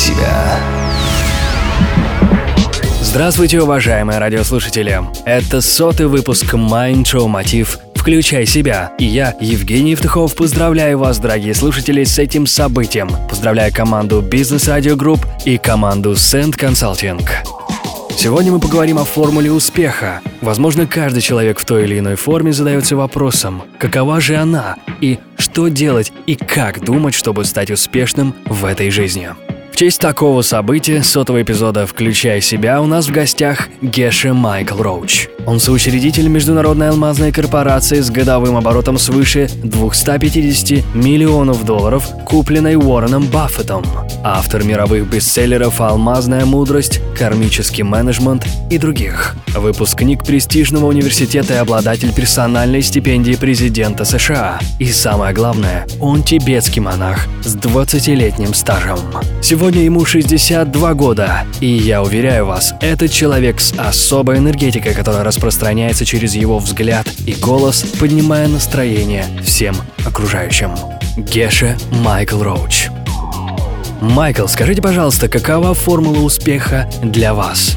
себя. Здравствуйте, уважаемые радиослушатели! Это 100-й выпуск Mind Show Мотив «Включай себя». И я, Евгений Евтухов, поздравляю вас, дорогие слушатели, с этим событием. Поздравляю команду Business Radio Group и команду Send Consulting. Сегодня мы поговорим о формуле успеха. Возможно, каждый человек в той или иной форме задается вопросом, какова же она, и что делать, и как думать, чтобы стать успешным в этой жизни. В честь такого события, 100-го эпизода «Включай себя», у нас в гостях Геша Майкл Роуч. Он соучредитель международной алмазной корпорации с годовым оборотом свыше $250 миллионов, купленной Уорреном Баффетом. Автор мировых бестселлеров «Алмазная мудрость», «Кармический менеджмент» и других. Выпускник престижного университета и обладатель персональной стипендии президента США. И самое главное, он тибетский монах с 20-летним стажем. Сегодня ему 62 года, и я уверяю вас, этот человек с особой энергетикой, которая распространяется через его взгляд и голос, поднимая настроение всем окружающим. Геша Майкл Роуч. Майкл, скажите, пожалуйста, какова формула успеха для вас?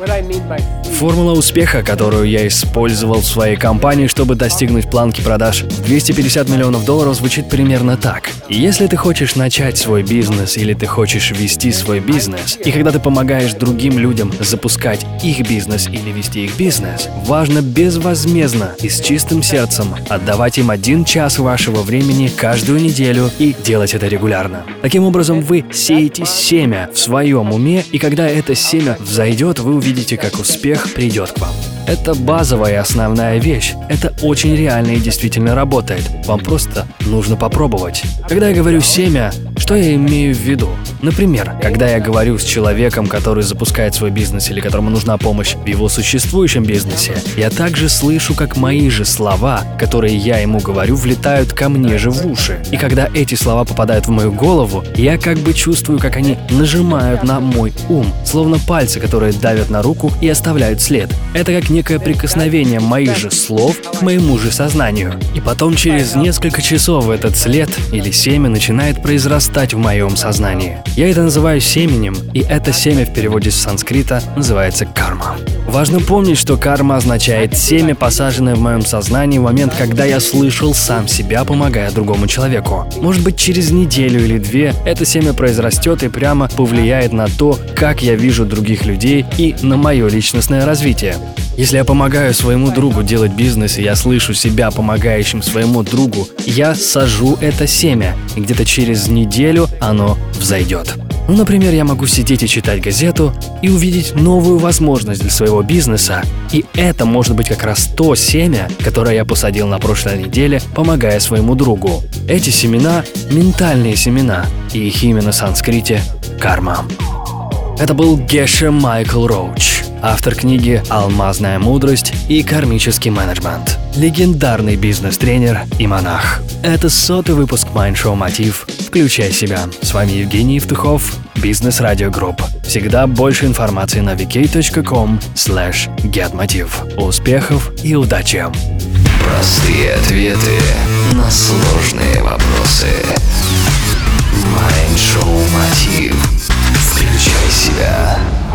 Формула успеха, которую я использовал в своей компании, чтобы достигнуть планки продаж $250 миллионов, звучит примерно так. Если ты хочешь начать свой бизнес или ты хочешь вести свой бизнес, и когда ты помогаешь другим людям запускать их бизнес или вести их бизнес, важно безвозмездно и с чистым сердцем отдавать им 1 час вашего времени каждую неделю и делать это регулярно. Таким образом, вы сеете семя в своем уме, и когда это семя взойдет, вы увидите, как успех придет к вам. Это базовая и основная вещь. Это очень реально и действительно работает. Вам просто нужно попробовать. Когда я говорю «семя», что я имею в виду? Например, когда я говорю с человеком, который запускает свой бизнес или которому нужна помощь в его существующем бизнесе, я также слышу, как мои же слова, которые я ему говорю, влетают ко мне же в уши. И когда эти слова попадают в мою голову, я как бы чувствую, как они нажимают на мой ум, словно пальцы, которые давят на руку и оставляют след. Это как некое прикосновение моих же слов к моему же сознанию. И потом через несколько часов этот след или семя начинает произрастать в моем сознании. Я это называю семенем, и это семя в переводе с санскрита называется карма. Важно помнить, что карма означает семя, посаженное в моем сознании в момент, когда я слышал сам себя, помогая другому человеку. Может быть, через неделю или 2 это семя произрастет и прямо повлияет на то, как я вижу других людей и на мое личностное развитие. Если я помогаю своему другу делать бизнес, и я слышу себя помогающим своему другу, я сажу это семя, и где-то через неделю оно взойдет. Например, я могу сидеть и читать газету и увидеть новую возможность для своего бизнеса, и это может быть как раз то семя, которое я посадил на прошлой неделе, помогая своему другу. Эти семена – ментальные семена, и их имя на санскрите – карма. Это был Геша Майкл Роуч, автор книги «Алмазная мудрость» и «Кармический менеджмент», легендарный бизнес-тренер и монах. Это 100-й выпуск Mind Show Мотив «Включай себя». С вами Евгений Евтухов, Business Radio Group. Всегда больше информации на vk.com/getmotiv. Успехов и удачи! Простые ответы на сложные вопросы. Mind Show Мотив. Включай себя.